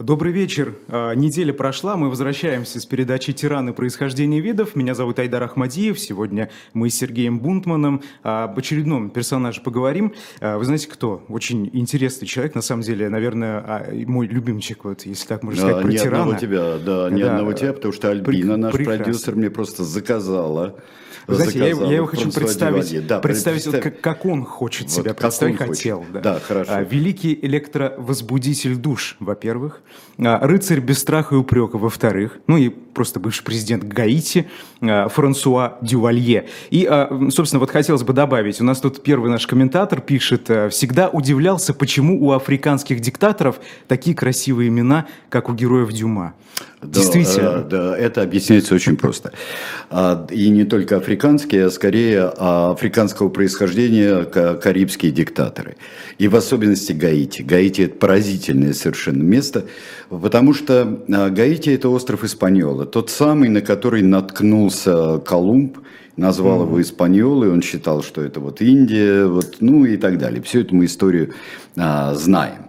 Добрый вечер. Неделя прошла, мы возвращаемся с передачи «Тираны. Происхождение видов». Меня зовут Айдар Ахмадиев. Сегодня мы с Сергеем Бунтманом об очередном персонаже поговорим. Вы знаете, кто? Очень интересный человек, на самом деле, наверное, мой любимый человек, вот, если так можно сказать, про тирана. Ни одного тебя, потому что Альбина, наш продюсер, мне просто заказала. Вы знаете, я его хочу представить вот, как он хочет вот себя представить, хотел. Да, хорошо. Великий электровозбудитель душ, во-первых. Рыцарь без страха и упрека, во-вторых. Ну и просто бывший президент Гаити Франсуа Дювалье. И, собственно, вот хотелось бы добавить, у нас тут первый наш комментатор пишет: всегда удивлялся, почему у африканских диктаторов такие красивые имена, как у героев Дюма. Действительно. Да, это объясняется очень просто. И не только африканские, а скорее африканского происхождения карибские диктаторы. И в особенности Гаити. Гаити – это поразительное совершенно место, потому что Гаити – это остров Испаньола, тот самый, на который наткнулся Колумб, назвал его Испаньолой, он считал, что это вот Индия, вот, ну и так далее. Всю эту мы историю знаем.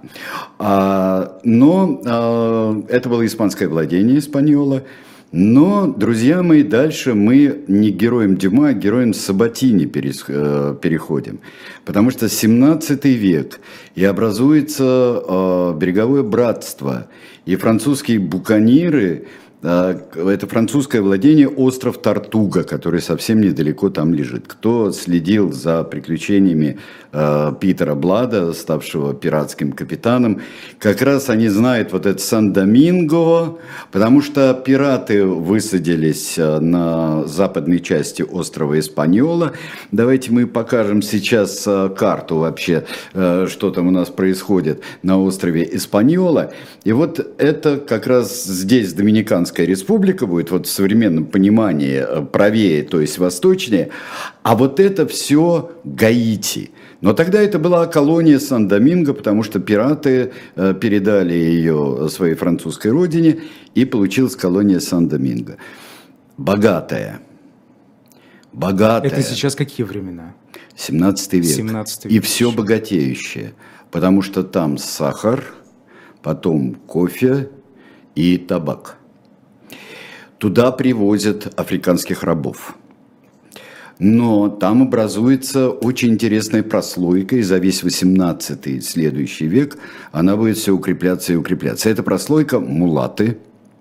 Но это было испанское владение Испаньола. Но, друзья мои, дальше мы не к героям Дюма, а к героям Сабатини переходим. Потому что 17 век, и образуется береговое братство, и французские буканиры. Это французское владение, остров Тартуга, который совсем недалеко там лежит. Кто следил за приключениями Питера Блада, ставшего пиратским капитаном, как раз они знают вот это Сан-Доминго, потому что пираты высадились на западной части острова Испаньола. Давайте мы покажем сейчас карту вообще, что там у нас происходит на острове Испаньола. И вот это как раз здесь Доминиканская республика будет, вот в современном понимании правее, то есть восточнее, а вот это все Гаити. Но тогда это была колония Сан-Доминго, потому что пираты передали ее своей французской родине, и получилась колония Сан-Доминго. Богатая. Это сейчас какие времена? 17 век. 17 век. И все богатеющее, потому что там сахар, потом кофе и табак. Туда привозят африканских рабов. Но там образуется очень интересная прослойка, и за весь 18-й следующий век она будет все укрепляться и укрепляться. Эта прослойка – мулаты.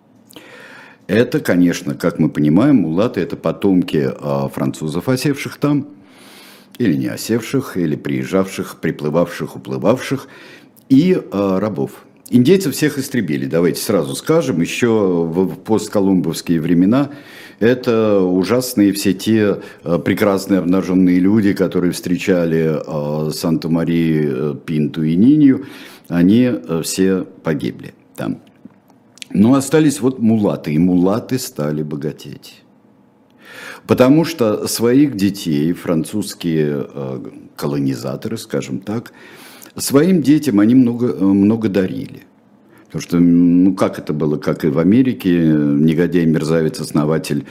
Это, конечно, как мы понимаем, мулаты – это потомки французов, осевших там, или не осевших, или приезжавших, приплывавших, уплывавших, и рабов. Индейцев всех истребили, давайте сразу скажем, еще в постколумбовские времена это ужасные все те прекрасные обнаженные люди, которые встречали Санту-Марию, Пинту и Нинью, они все погибли там. Но остались вот мулаты, и мулаты стали богатеть. Потому что своих детей французские колонизаторы, скажем так, своим детям они много дарили. Потому что, ну, как это было, как и в Америке, негодяй, мерзавец, основатель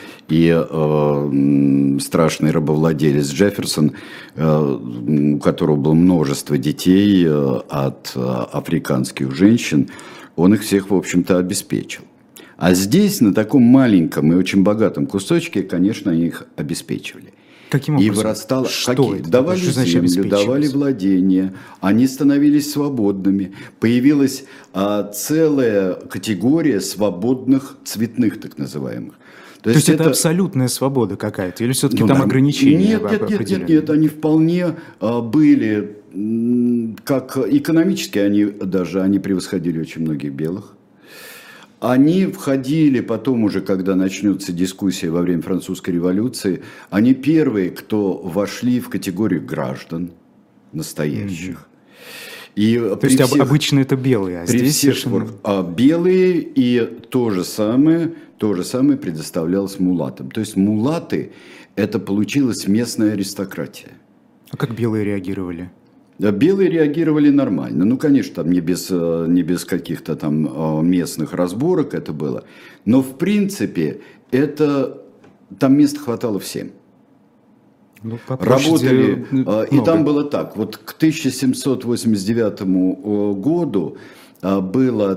и страшный рабовладелец Джефферсон, у которого было множество детей от африканских женщин, он их всех, в общем-то, обеспечил. А здесь, на таком маленьком и очень богатом кусочке, конечно, они их обеспечивали. Каким образом? И вырастало, что это? Давали что землю, давали владения, они становились свободными. Появилась целая категория свободных цветных, так называемых. То есть это абсолютная свобода какая-то? Или все-таки там ограничения? Нет, они вполне были, как экономически они превосходили очень многих белых. Они входили потом уже, когда начнется дискуссия во время французской революции, они первые, кто вошли в категорию граждан настоящих. И то есть обычно это белые, а здесь совершенно... белые, и то же самое предоставлялось мулатам. То есть мулаты – это получилась местная аристократия. А как белые реагировали? Да, белые реагировали нормально. Ну, конечно, там не без каких-то там местных разборок это было. Но, в принципе, там места хватало всем. Ну, работали, и там было так. Вот к 1789 году было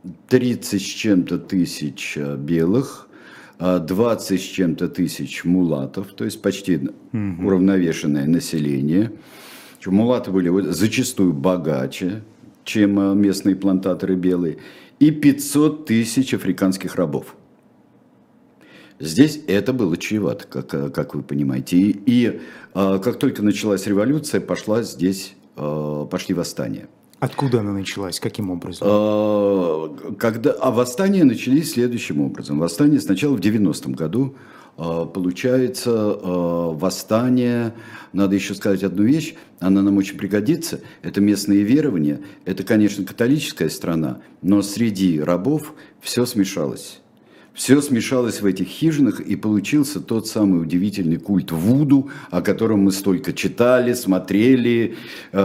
30 с чем-то тысяч белых, 20 с чем-то тысяч мулатов, то есть почти уравновешенное население. Мулаты были зачастую богаче, чем местные плантаторы белые, и 500 тысяч африканских рабов. Здесь это было чревато, как вы понимаете. И как только началась революция, пошли восстания. Откуда она началась? Каким образом? Восстания начались следующим образом. Восстание сначала в 90-м году. Получается, восстание, надо еще сказать одну вещь, она нам очень пригодится, это местные верования, это, конечно, католическая страна, но среди рабов все смешалось. Все смешалось в этих хижинах, и получился тот самый удивительный культ вуду, о котором мы столько читали, смотрели.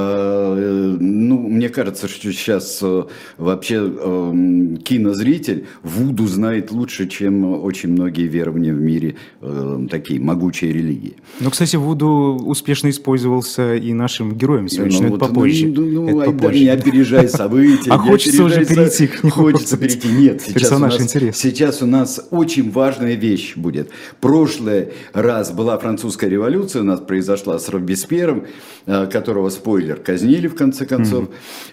Мне кажется, что сейчас вообще кинозритель вуду знает лучше, чем очень многие верования в мире, такие могучие религии. Но, кстати, вуду успешно использовался и нашим героям сегодня, это попозже. Не опережай события. А хочется уже перейти к нему. Хочется перейти. Нет, сейчас у нас очень важная вещь будет. Прошлый раз была французская революция, у нас произошла с Робеспьером, которого, спойлер, казнили в конце концов.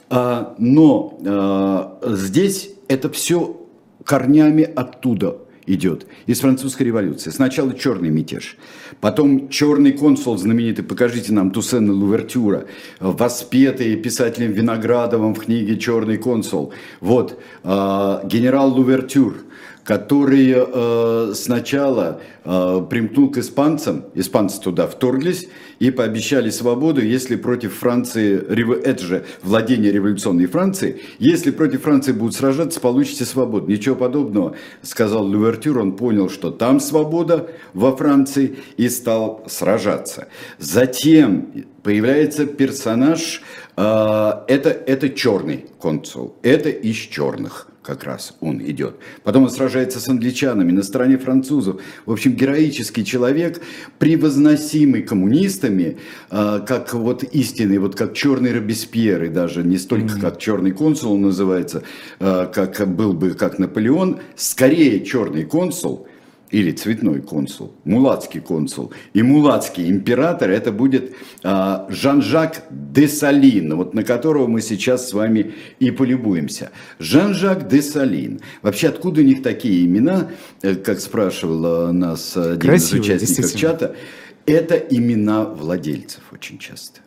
Но здесь это все корнями оттуда идет, из французской революции. Сначала черный мятеж, потом черный консул знаменитый, покажите нам Туссена Лувертюра, воспетый писателем Виноградовым в книге «Черный консул». Вот, генерал Лувертюр, который сначала примкнул к испанцам, испанцы туда вторглись и пообещали свободу, если против Франции, это же владение революционной Франции, если против Франции будут сражаться, получите свободу. Ничего подобного, сказал Лувертюр, он понял, что там свобода во Франции, и стал сражаться. Затем появляется персонаж, это черный консул, это из черных. Как раз он идет. Потом он сражается с англичанами на стороне французов. В общем, героический человек, превозносимый коммунистами, как вот истинный, вот как черный Робеспьер, и даже не столько как черный консул он называется, как был бы как Наполеон, скорее черный консул, или цветной консул, мулатский консул и мулатский император, это будет Жан-Жак Десалин, вот на которого мы сейчас с вами и полюбуемся. Жан-Жак Десалин. Вообще, откуда у них такие имена, как спрашивал нас один из участников чата, это имена владельцев очень часто.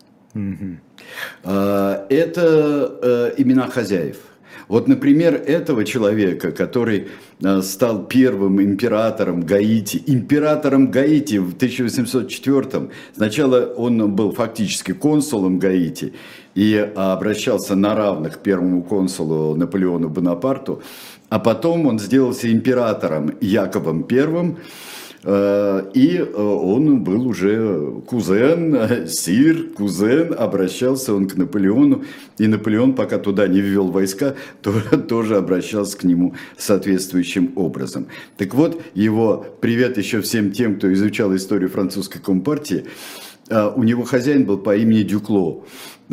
Это имена хозяев. Вот, например, этого человека, который стал первым императором Гаити в 1804-м. Сначала он был фактически консулом Гаити и обращался на равных к первому консулу Наполеону Бонапарту, а потом он сделался императором Яковом I, и он был уже кузен, обращался он к Наполеону, и Наполеон, пока туда не ввел войска, тоже обращался к нему соответствующим образом. Так вот, его привет еще всем тем, кто изучал историю французской компартии, у него хозяин был по имени Дюкло,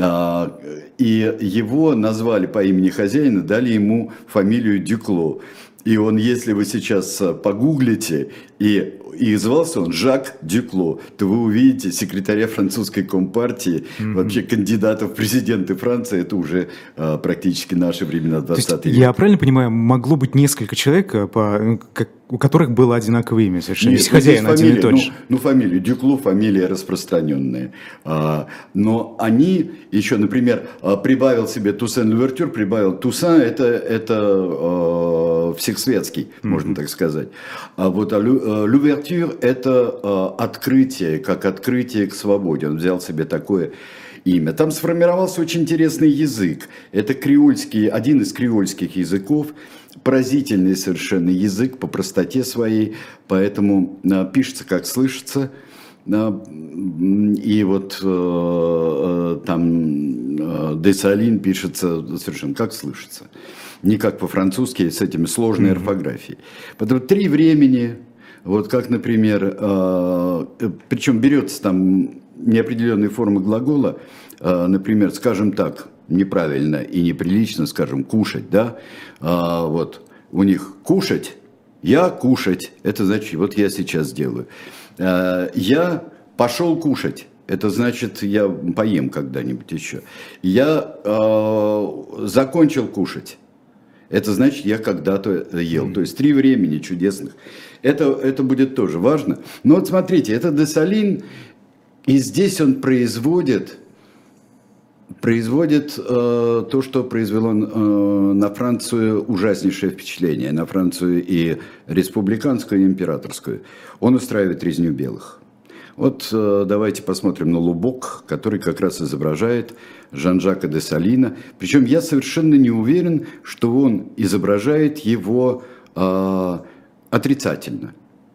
и его назвали по имени хозяина, дали ему фамилию Дюкло. И он, если вы сейчас погуглите, и звался он Жак Дюкло, то вы увидите секретаря французской компартии, вообще кандидата в президенты Франции, это уже практически наши времена 20 века. Я правильно понимаю, могло быть несколько человек, у которых было одинаковое имя совершенно, если хозяин один и тот же? Фамилия Дюкло, фамилия распространенная. Но они еще, например, прибавил себе Туссен Лувертюр, прибавил Туссан, это всесветский, можно так сказать. А вот Лувертюр – это открытие, как открытие к свободе. Он взял себе такое имя. Там сформировался очень интересный язык. Это креольский, один из креольских языков, поразительный совершенно язык по простоте своей, поэтому пишется как слышится. И вот там Десалин пишется совершенно как слышится. Не как по-французски, с этими сложной орфографией. Потом 3 времени, вот как, например, причем берется там неопределенные формы глагола, например, скажем так, неправильно и неприлично, скажем, кушать, да, вот у них кушать, я кушать, это значит, вот я сейчас делаю. Я пошел кушать, это значит, я поем когда-нибудь еще. Я закончил кушать, это значит, я когда-то ел. То есть 3 времени чудесных. Это будет тоже важно. Но вот смотрите, это Десалин, и здесь он производит то, что произвело на Францию ужаснейшее впечатление, на Францию и республиканскую, и императорскую. Он устраивает резню белых. Вот давайте посмотрим на лубок, который как раз изображает Жан-Жака Десалина. Причем я совершенно не уверен, что он изображает его отрицательно.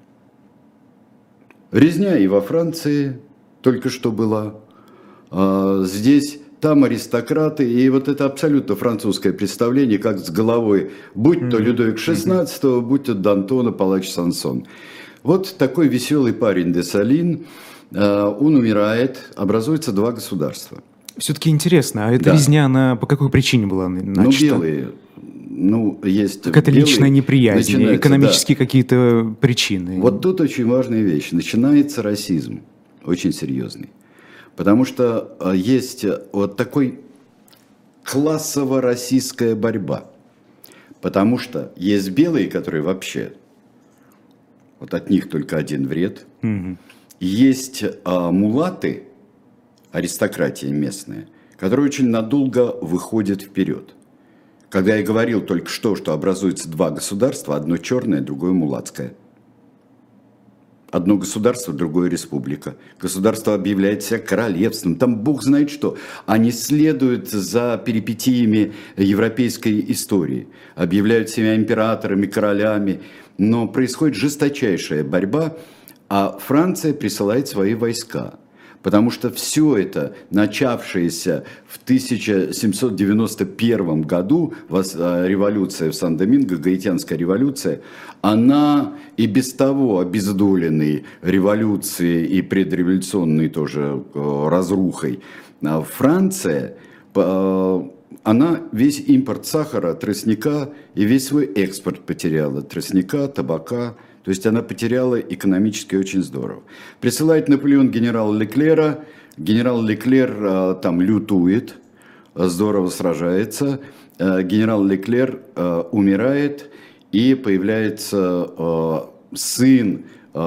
Резня и во Франции только что была. Здесь, там аристократы, и вот это абсолютно французское представление, как с головой, будь то Людовик XVI, будь то Д'Антона, палач Сансон. Вот такой веселый парень Десалин, он умирает, образуется 2 государства. Все-таки интересно, а эта резня, она по какой причине была начата? Ну, белые. Ну, есть какая-то личная неприязнь, экономические да, какие-то причины. Вот тут очень важная вещь. Начинается расизм, очень серьезный. Потому что есть вот такой классово-российская борьба. Потому что есть белые, которые вообще, вот от них только один вред. Угу. Есть мулаты, аристократия местная, которая очень надолго выходит вперед. Когда я говорил только что образуется 2 государства, одно черное, другое мулатское. Одно государство, другое республика. Государство объявляет себя королевством, там бог знает что. Они следуют за перипетиями европейской истории. Объявляют себя императорами, королями. Но происходит жесточайшая борьба, а Франция присылает свои войска. Потому что все это, начавшееся в 1791 году, революция в Сан-Доминго, Гаитянская революция, она и без того обездоленной революцией и предреволюционной тоже разрухой. Франция, она весь импорт сахара, тростника и весь свой экспорт потеряла. Тростника, табака. То есть она потеряла экономически очень здорово. Присылает Наполеон генерала Леклера. Генерал Леклер там лютует, здорово сражается. Генерал Леклер умирает, и появляется сын,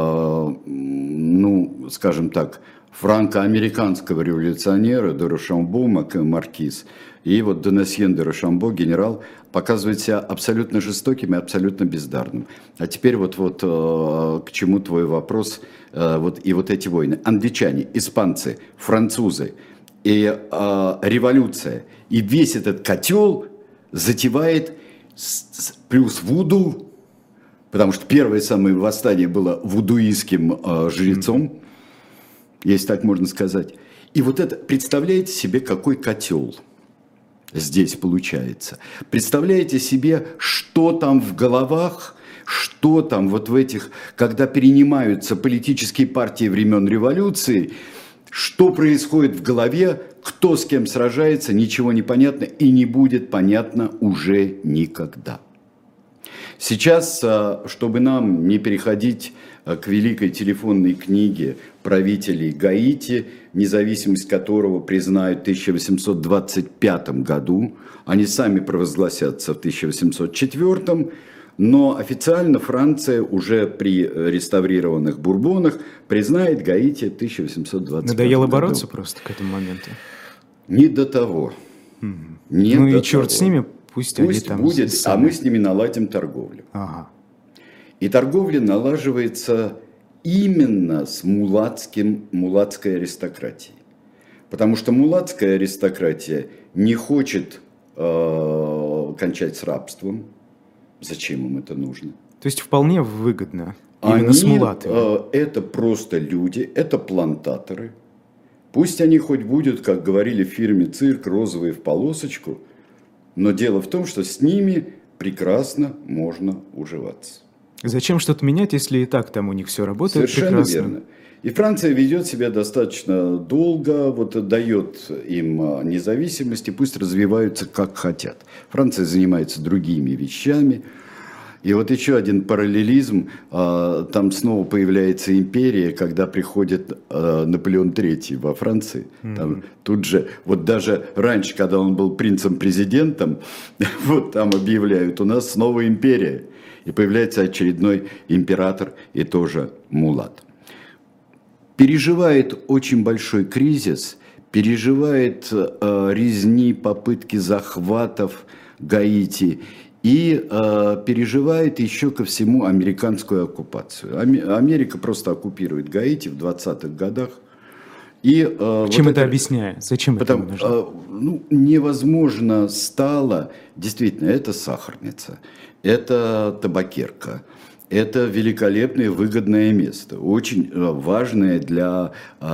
ну, скажем так, франко-американского революционера де Рошамбо, маркиз. И вот Донасьен де Рошамбо, генерал, показывает себя абсолютно жестоким и абсолютно бездарным. А теперь вот к чему твой вопрос, и вот эти войны. Англичане, испанцы, французы и революция. И весь этот котел затевает плюс вуду, потому что первое самое восстание было вудуистским жрецом, если так можно сказать. И вот это, представляете себе, какой котел здесь получается. Представляете себе, что там в головах, что там вот в этих, когда перенимаются политические партии времен революции, что происходит в голове, кто с кем сражается, ничего не понятно и не будет понятно уже никогда. Сейчас, чтобы нам не переходить к великой телефонной книге правителей Гаити, независимость которого признают в 1825 году, они сами провозгласятся в 1804, но официально Франция уже при реставрированных Бурбонах признает Гаити в 1825 Надоело бороться просто к этому моменту? Не до того. Не ну до и черт того. С ними, пусть они там... будет, а мы с ними наладим торговлю. Ага. И торговля налаживается именно с мулатской аристократией. Потому что мулатская аристократия не хочет кончать с рабством. Зачем им это нужно? То есть вполне выгодно именно с мулатами. Это просто люди, это плантаторы. Пусть они хоть будут, как говорили в фильме «Цирк», розовые в полосочку, но дело в том, что с ними прекрасно можно уживаться. Зачем что-то менять, если и так там у них все работает Совершенно прекрасно? верно. И Франция ведет себя достаточно долго, вот дает им независимость, и пусть развиваются как хотят. Франция занимается другими вещами. И вот еще один параллелизм, там снова появляется империя, когда приходит Наполеон III во Франции. Там, тут же, вот даже раньше, когда он был принцем-президентом, вот там объявляют, у нас снова империя. И появляется очередной император и тоже мулат. Переживает очень большой кризис, переживает резни, попытки захватов Гаити. И переживает еще ко всему американскую оккупацию. Америка просто оккупирует Гаити в 20-х годах. И, чем вот это объясняет? Зачем это нужно? Невозможно стало, действительно, это сахарница, это табакерка. Это великолепное, выгодное место, очень важное для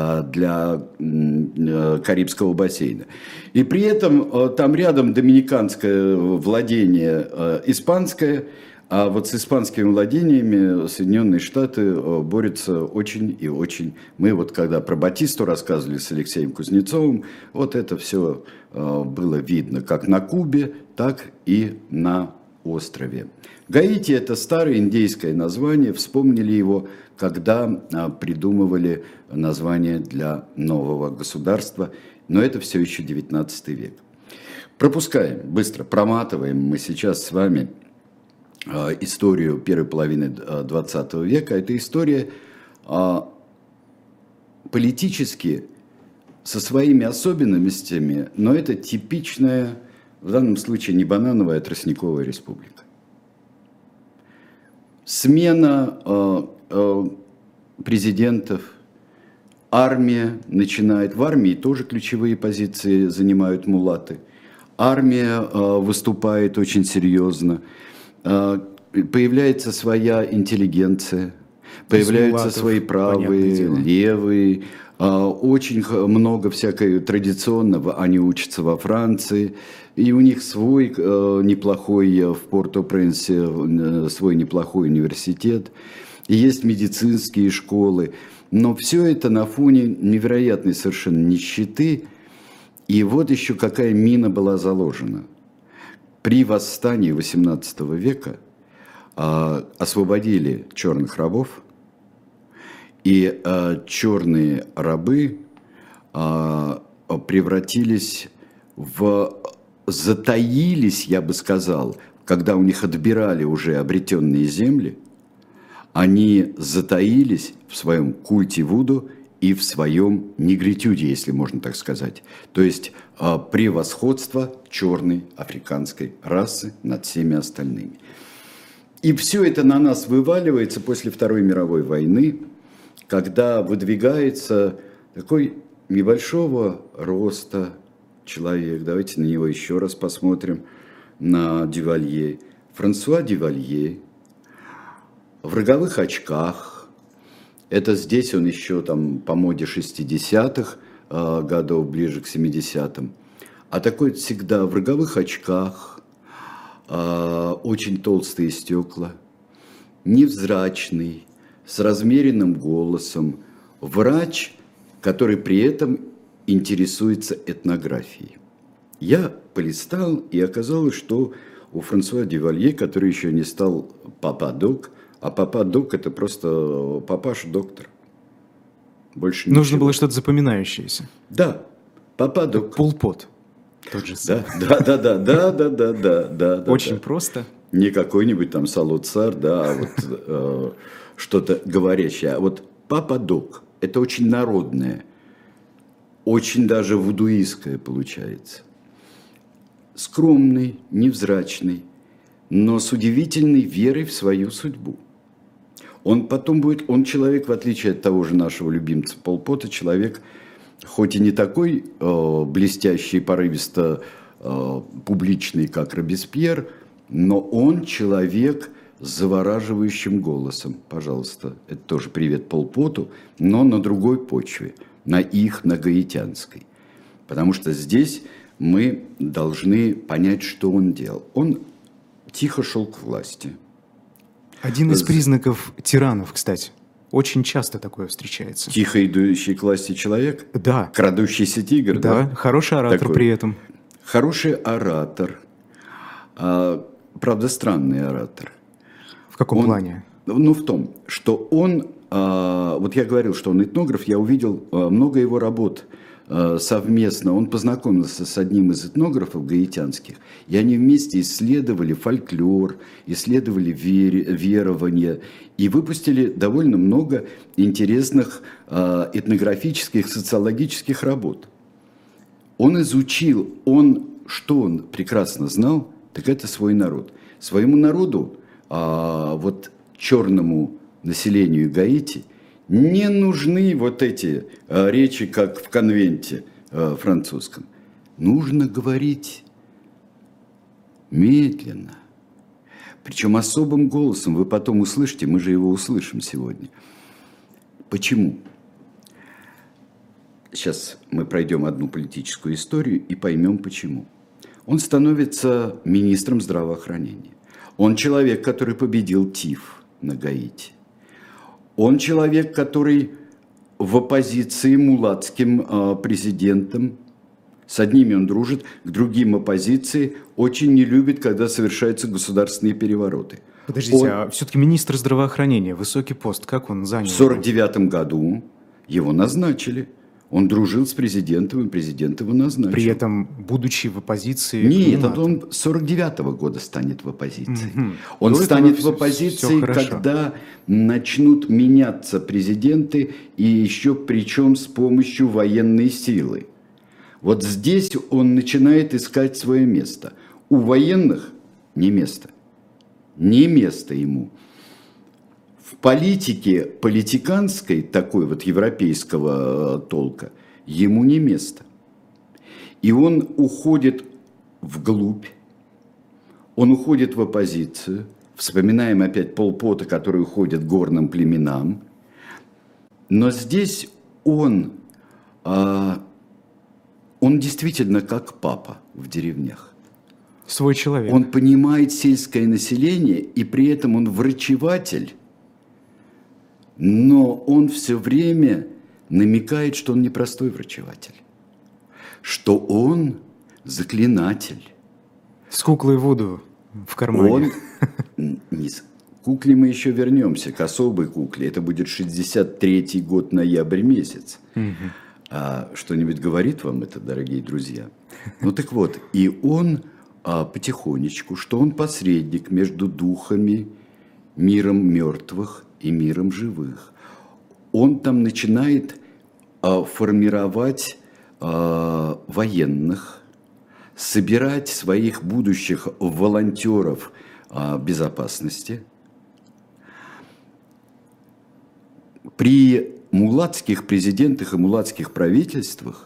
Карибского бассейна. И при этом там рядом доминиканское владение испанское, а вот с испанскими владениями Соединенные Штаты борются очень и очень. Мы вот когда про Батисту рассказывали с Алексеем Кузнецовым, вот это все было видно как на Кубе, так и на острове. Гаити – это старое индейское название, вспомнили его, когда придумывали название для нового государства, но это все еще 19 век. Пропускаем, быстро проматываем мы сейчас с вами историю первой половины 20 века. Это история политически со своими особенностями, но это типичная, в данном случае не банановая, а тростниковая республика. Смена президентов, армия начинает, в армии тоже ключевые позиции занимают мулаты. Армия выступает очень серьезно, появляется своя интеллигенция, появляются мулатов, свои правые, левые, очень много всякой традиционного, они учатся во Франции, и у них свой неплохой в Порто-Пренсе, свой неплохой университет, и есть медицинские школы, но все это на фоне невероятной совершенно нищеты, и вот еще какая мина была заложена. При восстании XVIII века освободили черных рабов, и черные рабы превратились затаились, я бы сказал, когда у них отбирали уже обретенные земли, они затаились в своем культе вуду и в своем негритюде, если можно так сказать. То есть превосходство черной африканской расы над всеми остальными. И все это на нас вываливается после Второй мировой войны, когда выдвигается такой небольшого роста человек. Давайте на него еще раз посмотрим, на Дювалье. Франсуа Дювалье в роговых очках. Это здесь он еще там по моде 60-х годов, ближе к 70-м. А такой всегда в роговых очках, очень толстые стекла, невзрачный, с размеренным голосом, врач, который при этом интересуется этнографией. Я полистал, и оказалось, что у Франсуа Дювалье, который еще не стал папа-док, а папа-док – это просто папаша-доктор. Больше ничего. Нужно было что-то запоминающееся. Да, папа-док. Пол Пот. Тот же самый. Да. Очень просто. Не какой-нибудь там Салут-Цар, да, а вот что-то говорящее. А вот папа-док – это очень народное, очень даже вудуистское получается. Скромный, невзрачный, но с удивительной верой в свою судьбу. Он потом будет, он человек, в отличие от того же нашего любимца Пол Пота, человек, хоть и не такой блестящий, порывисто публичный, как Робеспьер, но он человек с завораживающим голосом. Пожалуйста, это тоже привет Пол Поту, но на другой почве, на гаитянской. Потому что здесь мы должны понять, что он делал. Он тихо шел к власти. Один из признаков тиранов, кстати. Очень часто такое встречается. Тихо идущий к власти человек? Да. Крадущийся тигр? Да, хороший оратор Такой. при этом. Хороший оратор. Правда, странный оратор. В каком плане? Ну, в том, что он, вот я говорил, что он этнограф, я увидел много его работ совместно. Он познакомился с одним из этнографов гаитянских, и они вместе исследовали фольклор, исследовали верования, и выпустили довольно много интересных этнографических, социологических работ. Он изучил, что он прекрасно знал, так это свой народ. Своему народу, вот черному населению Гаити, не нужны вот эти речи, как в конвенте французском. Нужно говорить медленно. Причем особым голосом, вы потом услышите, мы же его услышим сегодня. Почему? Сейчас мы пройдем одну политическую историю и поймем почему. Он становится министром здравоохранения. Он человек, который победил ТИФ на Гаити. Он человек, который в оппозиции мулатским президентам. С одними он дружит, к другим оппозиции очень не любит, когда совершаются государственные перевороты. Подождите, а все-таки министр здравоохранения, высокий пост, как он занял? В 1949 году его назначили. Он дружил с президентом, и президент его назначил. При этом, будучи в оппозиции... Нет, он с 49 года станет в оппозиции. Он станет в оппозиции, когда начнут меняться президенты, и еще причем с помощью военной силы. Вот здесь он начинает искать свое место. У военных не место. Не место ему. В политике политиканской, такой вот европейского толка, ему не место. И он уходит вглубь, он уходит в оппозицию. Вспоминаем опять Пол Пота, который уходит к горным племенам. Но здесь он действительно как папа в деревнях. Свой человек. Он понимает сельское население, и при этом он врачеватель. Но он все время намекает, что он не простой врачеватель, что он заклинатель. С куклой Вуду в кармане. К кукле мы еще вернемся, к особой кукле. Это будет 63-й год, ноябрь месяц. Что-нибудь говорит вам это, дорогие друзья? Ну так вот, и он потихонечку, что он посредник между духами, миром мертвых и миром живых. Он там начинает формировать военных, собирать своих будущих волонтеров безопасности. При мулатских президентах и мулатских правительствах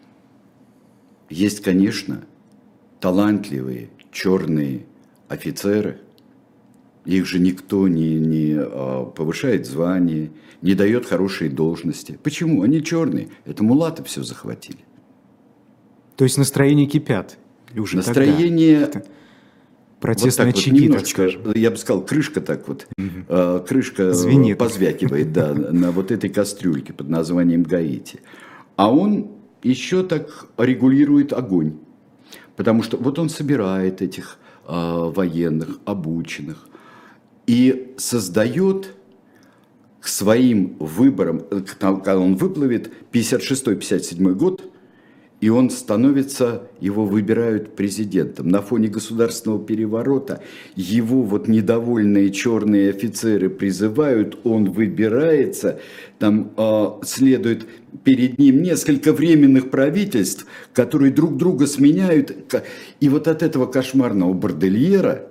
есть, конечно, талантливые черные офицеры. Их же никто не повышает звание, не дает хорошие должности. Почему? Они черные. Это мулаты все захватили. То есть настроения кипят? Уже настроение... Тогда. Протестные вот очаги, немножко, так скажем. я бы сказал, крышка так вот. Крышка звенит. Позвякивает, да, на вот этой кастрюльке под названием Гаити. А он еще так регулирует огонь. Потому что вот он собирает этих военных, обученных. И создает к своим выборам, когда он выплывет, 56-57 год, и он становится, его выбирают президентом. На фоне государственного переворота его вот недовольные черные офицеры призывают, он выбирается, там следует перед ним несколько временных правительств, которые друг друга сменяют. И вот от этого кошмарного бордельера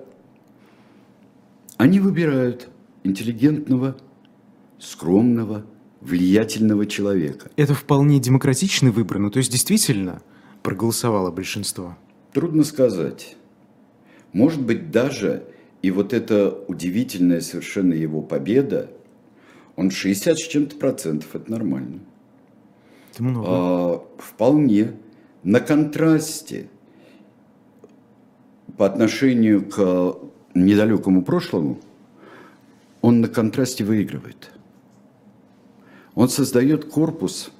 они выбирают интеллигентного, скромного, влиятельного человека. Это вполне демократичный выбор, ну то есть действительно проголосовало большинство? Трудно сказать. Может быть даже и вот эта удивительная совершенно его победа, он 60 с чем-то процентов, это нормально. Это много. Вполне на контрасте по отношению к недалекому прошлому, он на контрасте выигрывает. Он создает корпус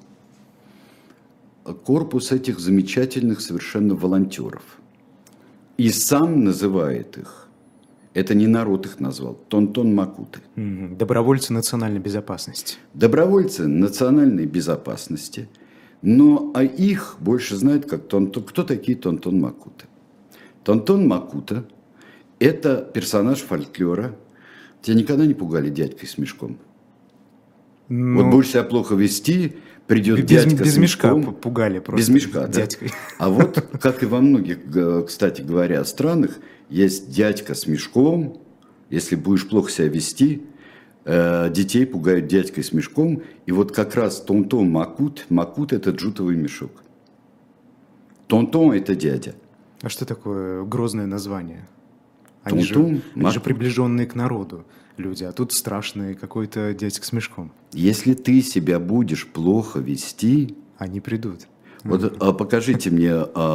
этих замечательных совершенно волонтеров. И сам называет их, это не народ их назвал, Тонтон Макуты. Добровольцы национальной безопасности. Добровольцы национальной безопасности, но их больше знают как Тонтон. Кто такие Тонтон Макуты? Тонтон Макута – это персонаж фольклора. Тебя никогда не пугали дядькой с мешком? Вот будешь себя плохо вести, придет дядька без с мешком. Без мешка пугали просто. Без мешка, дядькой. Да? А вот, как и во многих, кстати говоря, странах, есть дядька с мешком. Если будешь плохо себя вести, детей пугают дядькой с мешком. И вот как раз Тонтон Макут – это джутовый мешок. Тонтон – это дядя. А что такое грозное название? Они же приближенные к народу люди, а тут страшный какой-то дядька с мешком. Если ты себя будешь плохо вести... Они придут. Вот покажите мне,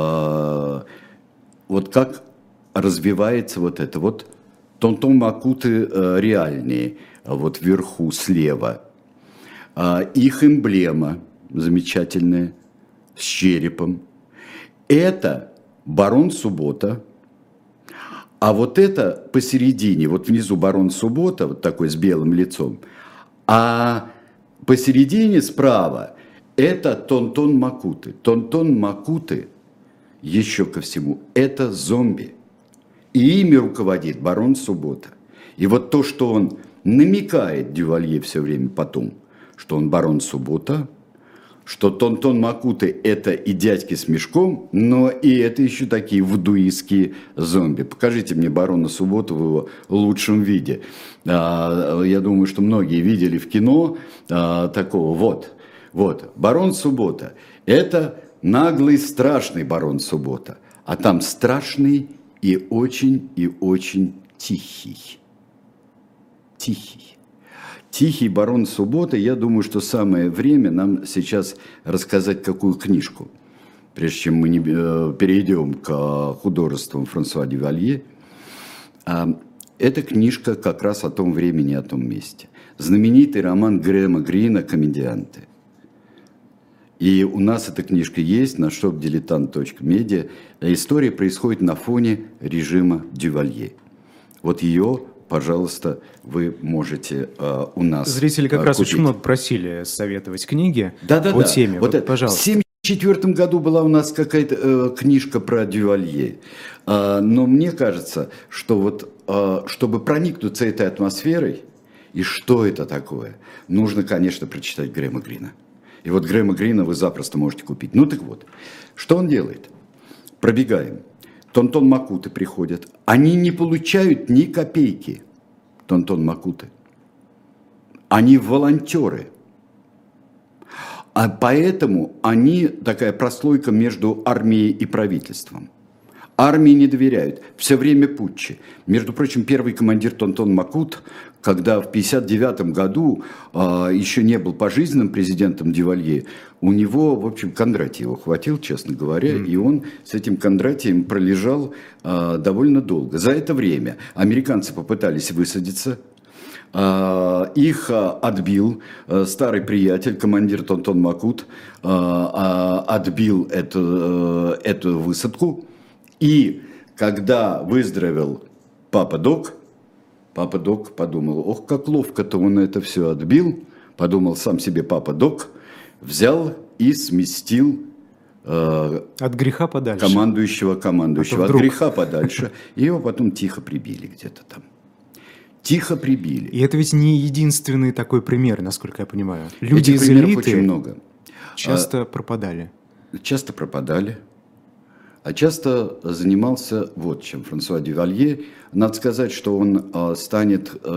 вот как развивается вот это. Вот Тонтон Макуты реальные, вот вверху слева. Их эмблема замечательная, с черепом. Это барон Суббота. А вот это посередине, вот внизу барон Суббота, вот такой с белым лицом, а посередине справа это Тонтон Макуты. Тонтон Макуты, еще ко всему, это зомби. И ими руководит барон Суббота. И вот то, что он намекает Дювалье все время потом, что он барон Суббота, что Тонтон Макуты – это и дядьки с мешком, но и это еще такие вудуистские зомби. Покажите мне барона Субботу в его лучшем виде. Я думаю, что многие видели в кино такого. Вот, барон Суббота – это наглый, страшный барон Суббота. А там страшный и очень тихий. Тихий барон Суббота, я думаю, что самое время нам сейчас рассказать какую книжку, прежде чем мы перейдем к художествам Франсуа Дювалье. Эта книжка как раз о том времени, о том месте. Знаменитый роман Грэма Грина «Комедианты». И у нас эта книжка есть на shopdilettant.media. История происходит на фоне режима Дювалье. Вот ее, пожалуйста, вы можете у нас Зрители как раз купить. очень много просили советовать книги по теме. Вот, пожалуйста. В 1974 году была у нас какая-то книжка про Дювалье. Но мне кажется, что вот, чтобы проникнуться этой атмосферой, и что это такое, нужно, конечно, прочитать Грэма Грина. И вот Грэма Грина вы запросто можете купить. Ну так вот, что он делает? Пробегаем. Тонтон Макуты приходят. Они не получают ни копейки, Тонтон Макуты. Они волонтеры. А поэтому они такая прослойка между армией и правительством. Армии не доверяют. Все время путчи. Между прочим, первый командир Тонтон Макут, когда в 1959 году еще не был пожизненным президентом Дювалье, у него, в общем, Кондратий его хватил, честно говоря, и он с этим Кондратием пролежал довольно долго. За это время американцы попытались высадиться. Их отбил старый приятель, командир Тонтон Макут, отбил эту высадку. И когда выздоровел Папа Док подумал, ох, как ловко-то он это все отбил, подумал сам себе Папа Док, взял и сместил от греха подальше. командующего от греха подальше. И его потом тихо прибили где-то там. Тихо прибили. И это ведь не единственный такой пример, насколько я понимаю. Люди Этих из примеров элиты очень много. часто пропадали. А часто занимался вот чем Франсуа Дювалье. Надо сказать, что он станет к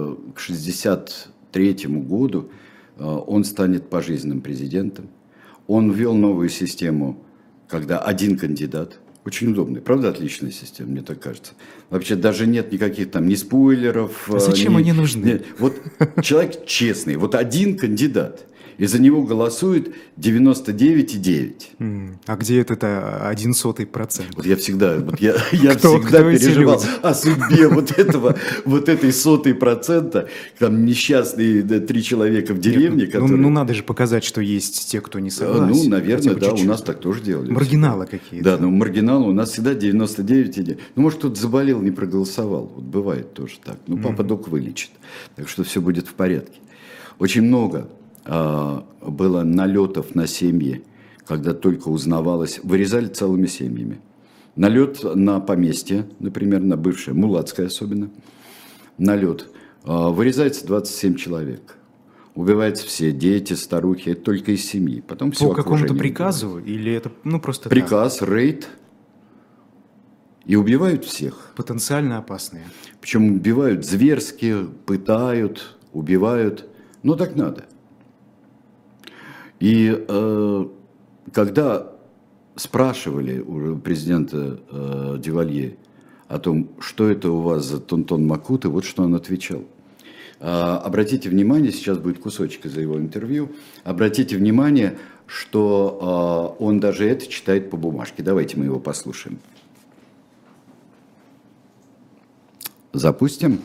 1963 году, он станет пожизненным президентом. Он ввел новую систему, когда один кандидат. Очень удобная. Правда, отличная система, мне так кажется. Вообще даже нет никаких там ни спойлеров. А зачем они нужны? Нет. Вот человек честный, вот один кандидат, и за него голосует 99,9. А где этот 0,01%? Вот я всегда переживал о судьбе вот этой 0,01%, там несчастные 3 человека в деревне, Нет, которые... Ну, надо же показать, что есть те, кто не согласен. Ну, наверное, да, у нас так тоже делали. Маргиналы какие-то. Да, но маргиналы у нас всегда 99,9. Ну, может, кто-то заболел, не проголосовал. Вот бывает тоже так. Ну, папа док вылечит. Так что все будет в порядке. Очень много было налетов на семьи, когда только узнавалось, вырезали целыми семьями. Налет на поместье, например, на бывшее, мулацкое особенно, налет. Вырезается 27 человек. Убиваются все, дети, старухи, это только из семьи. Потом все по какому-то окружение приказу убивает. или это просто Приказ, рейд. И убивают всех. потенциально опасные? Причем убивают зверски, пытают, убивают. Но так надо. И когда спрашивали у президента Дювалье о том, что это у вас за Тонтон Макуты, вот что он отвечал. Обратите внимание, сейчас будет кусочек из его интервью, обратите внимание, что он даже это читает по бумажке. Давайте мы его послушаем. Запустим?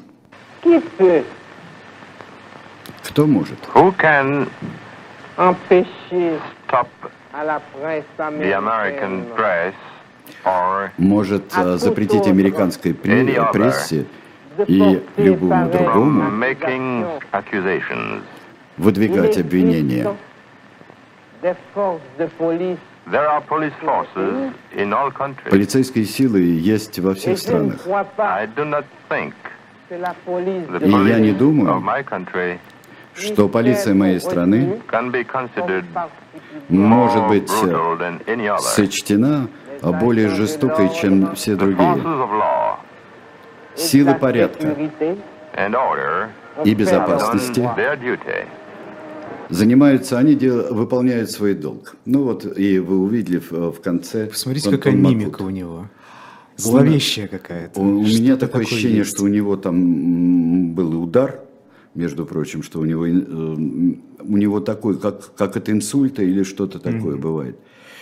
Кто может? Who can empêcher stop à la presse the American américaine press or Может запретить американской прессе и from любому другому making accusations? выдвигать обвинения? des forces de police There are police forces in all countries. Полицейские силы есть во et всех je ne странах. crois I pas do not think que la police the de И я не police думаю, of my country что полиция моей страны can be considered может more быть brutal than any other. сочтена более жестокой, чем все The другие. forces of law Силы порядка and order и have безопасности done their duty. занимаются, они выполняют свой долг. Ну вот, и вы увидели в конце... Посмотрите, Тонтон какая Макут. мимика у него. Зловещая какая-то. У меня Что-то такое такое ощущение, есть. что у него там был и удар, между прочим, что у него такой, как от инсульта или что-то такое бывает.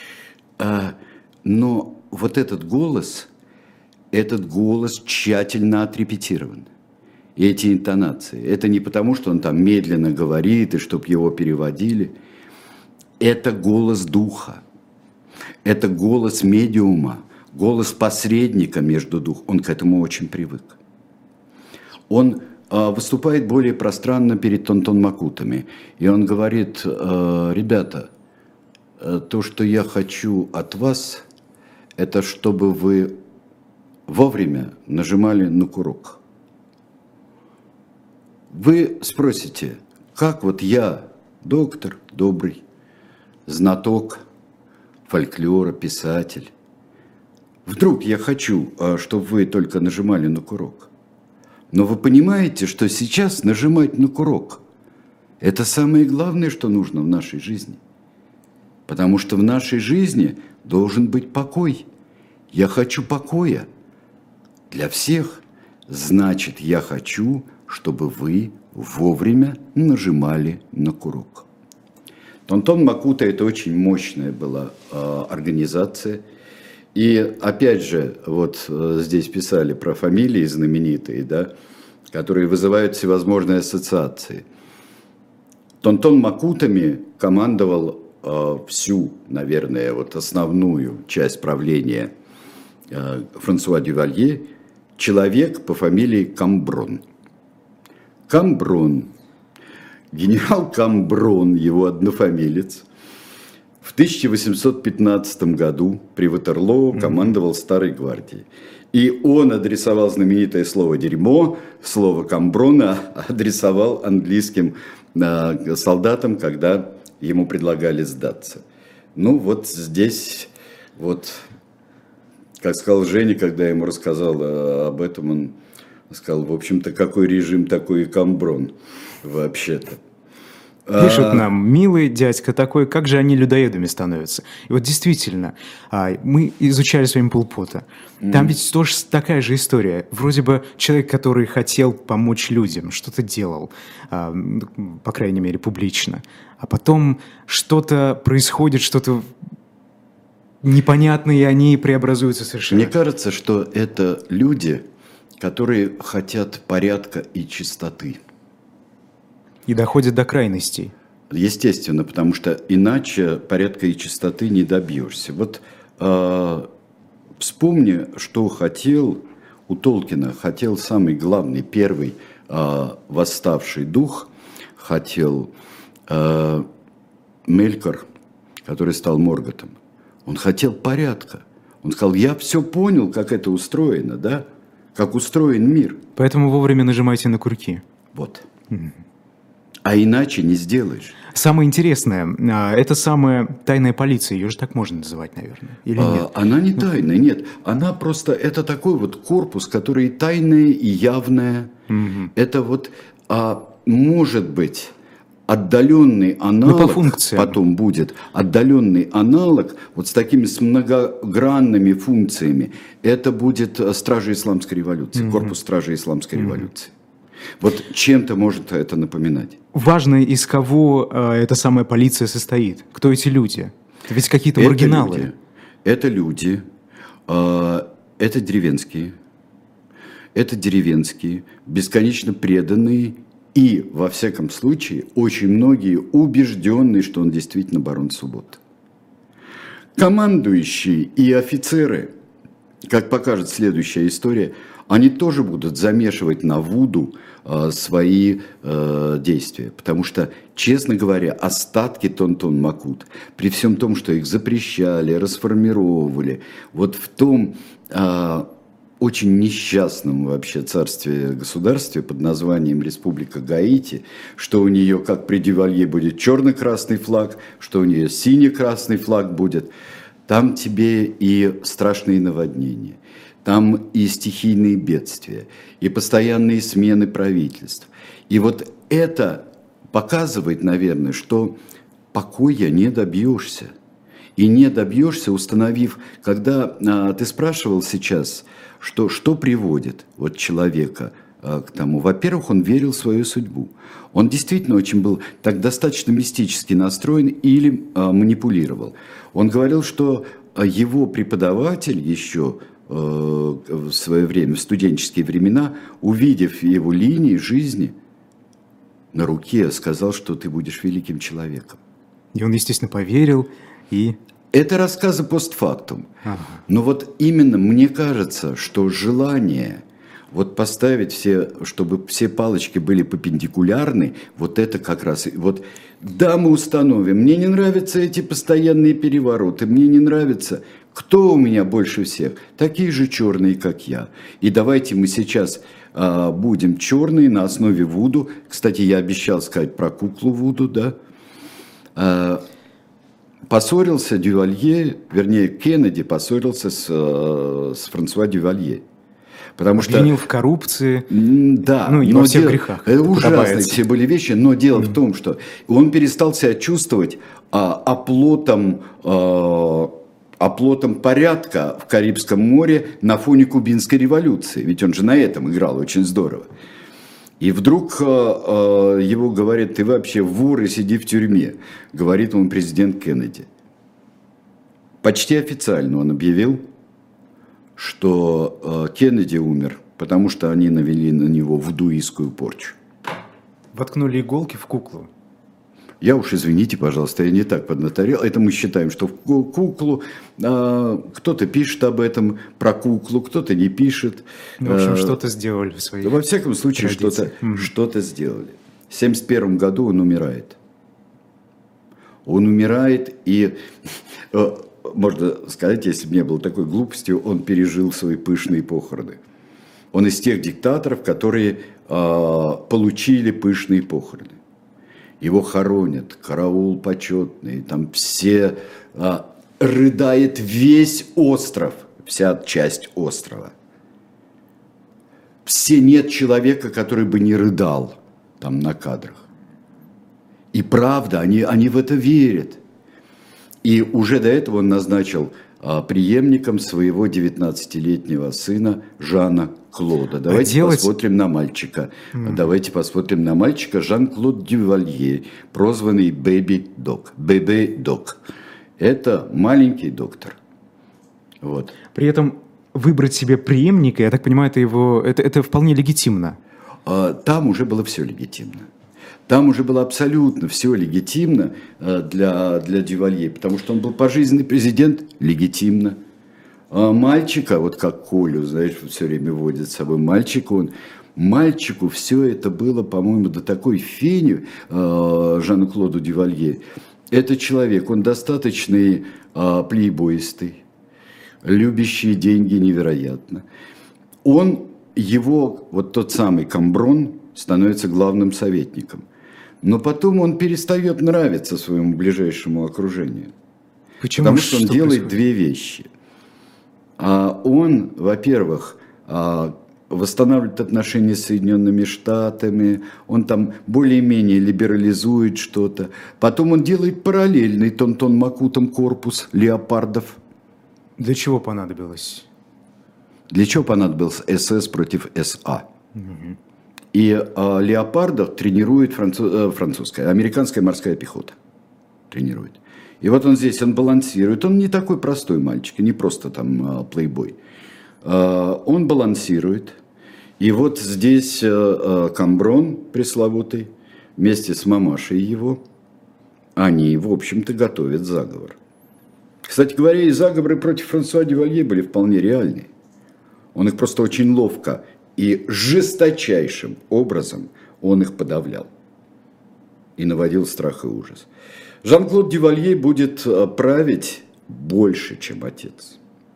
Но вот этот голос тщательно отрепетирован. И эти интонации. Это не потому, что он там медленно говорит, и чтобы его переводили. Это голос духа. Это голос медиума. Голос посредника между духом. Он к этому очень привык. Он выступает более пространно перед Тонтон Макутами. И он говорит: ребята, то, что я хочу от вас, это чтобы вы вовремя нажимали на курок. Вы спросите, как вот я, доктор добрый, знаток фольклора, писатель, вдруг я хочу, чтобы вы только нажимали на курок. Но вы понимаете, что сейчас нажимать на курок – это самое главное, что нужно в нашей жизни. Потому что в нашей жизни должен быть покой. Я хочу покоя для всех. Значит, я хочу, чтобы вы вовремя нажимали на курок. Тонтон Макута – это очень мощная была организация. И опять же, вот здесь писали про фамилии знаменитые, да, которые вызывают всевозможные ассоциации. Тонтон Макутами командовал всю, наверное, вот основную часть правления Франсуа Дювалье человек по фамилии Камброн. Камброн, генерал Камброн, его однофамилец, в 1815 году при Ватерлоо командовал Старой гвардией. И он адресовал знаменитое слово «дерьмо», слово Камброна адресовал английским солдатам, когда ему предлагали сдаться. Ну вот здесь, вот, как сказал Женя, когда я ему рассказал об этом, он сказал: в общем-то, какой режим, такой и Камброн, вообще-то. Пишут нам: милый дядька такой, как же они людоедами становятся? И вот действительно, мы изучали с вами Пол Пота. Там ведь тоже такая же история. Вроде бы человек, который хотел помочь людям, что-то делал, по крайней мере, публично. А потом что-то происходит, что-то непонятное, и они преобразуются совершенно. Мне кажется, что это люди, которые хотят порядка и чистоты. И доходят до крайностей. Естественно, потому что иначе порядка и чистоты не добьешься. Вот вспомни, что хотел у Толкина, хотел самый главный, первый восставший дух, хотел Мелькор, который стал Морготом. Он хотел порядка. Он сказал: я все понял, как это устроено, да? Как устроен мир. Поэтому вовремя нажимайте на курки. Вот. А иначе не сделаешь. Самое интересное, это самая тайная полиция, ее же так можно называть, наверное, или нет? Она не тайная, нет. Она просто, это такой вот корпус, который и тайное, и явное. Это вот, может быть, отдаленный аналог, по функциям. потом будет отдаленный аналог вот с такими с многогранными функциями. Это будет Стражи Исламской революции, корпус Стражей Исламской революции. Вот чем-то может это напоминать. Важно, из кого эта самая полиция состоит. Кто эти люди? Это ведь какие-то маргиналы. Это люди, это деревенские, бесконечно преданные и, во всяком случае, очень многие убежденные, что он действительно барон Суббота. Командующие и офицеры, как покажет следующая история, они тоже будут замешивать на вуду свои действия. Потому что, честно говоря, остатки Тонтон Макут, при всем том, что их запрещали, расформировали, вот в том очень несчастном вообще царстве-государстве под названием Республика Гаити, что у нее, как при Дювалье, будет черно-красный флаг, что у нее синий-красный флаг будет, там тебе и страшные наводнения. Там и стихийные бедствия, и постоянные смены правительств. И вот это показывает, наверное, что покоя не добьешься. И не добьешься, установив, когда ты спрашивал сейчас, что приводит вот человека к тому. Во-первых, он верил в свою судьбу. Он действительно очень был так достаточно мистически настроен или манипулировал. Он говорил, что его преподаватель еще в свое время, в студенческие времена, увидев его линии жизни на руке, сказал, что ты будешь великим человеком. И он, естественно, поверил и... Это рассказы постфактум. Но вот именно мне кажется, что желание вот поставить все, чтобы все палочки были перпендикулярны, вот это как раз... Вот, да, мы установим. Мне не нравятся эти постоянные перевороты, мне не нравится... Кто у меня больше всех? Такие же черные, как я. И давайте мы сейчас будем черные на основе Вуду. Кстати, я обещал сказать про куклу Вуду, да. Поссорился Дювалье, вернее, Кеннеди поссорился с Франсуа Дювалье. Потому что... Обвинил в коррупции, да, и во всех грехах. Это ужасные все были вещи, но дело в том, что он перестал себя чувствовать оплотом порядка в Карибском море на фоне Кубинской революции. Ведь он же на этом играл очень здорово. И вдруг его говорят: ты вообще вор и сиди в тюрьме, говорит ему президент Кеннеди. Почти официально он объявил, что Кеннеди умер, потому что они навели на него вудуистскую порчу. Воткнули иголки в куклу. Я уж, извините, пожалуйста, я не так поднаторел. Это мы считаем, что в куклу, кто-то пишет об этом, про куклу, кто-то не пишет. В общем, что-то сделали в своей во всяком случае, что-то сделали. В 1971 году он умирает. Он умирает, и, можно сказать, если бы не было такой глупости, он пережил свои пышные похороны. Он из тех диктаторов, которые получили пышные похороны. Его хоронят, караул почетный, там все, рыдает весь остров, вся часть острова. Нет человека, который бы не рыдал там на кадрах. И правда, они в это верят. И уже до этого он назначил преемником своего 19-летнего сына Жана Клода. Давайте посмотрим на мальчика. Давайте посмотрим на мальчика Жан-Клод Дювалье, прозванный Бэби Док. Это маленький доктор. Вот. При этом выбрать себе преемника, я так понимаю, это вполне легитимно. Там уже было все легитимно. Там уже было абсолютно все легитимно для Дювалье, потому что он был пожизненный президент, легитимно. Мальчика, вот как Колю, знаешь, все время водит с собой, мальчику все это было, по-моему, до такой фени Жану-Клоду Дювалье. Это человек, он достаточный плейбоистый, любящий деньги невероятно. Вот тот самый Камброн становится главным советником. Но потом он перестает нравиться своему ближайшему окружению. Почему? Потому что он делает две вещи. Он, во-первых, восстанавливает отношения с Соединенными Штатами, он там более-менее либерализует что-то. Потом он делает параллельный Тонтон Макутом корпус леопардов. Для чего понадобилось? Для чего понадобился СС против СА? Угу. И леопардов тренирует американская морская пехота. Тренирует. И вот он здесь, он балансирует. Он не такой простой мальчик, не просто там плейбой. Он балансирует. И вот здесь Камброн пресловутый вместе с мамашей его, они, в общем-то, готовят заговор. Кстати говоря, и заговоры против Франсуа Дювалье были вполне реальны. Он их просто очень ловко и жесточайшим образом он их подавлял. И наводил страх и ужас. Жан-Клод Дювалье будет править больше, чем отец.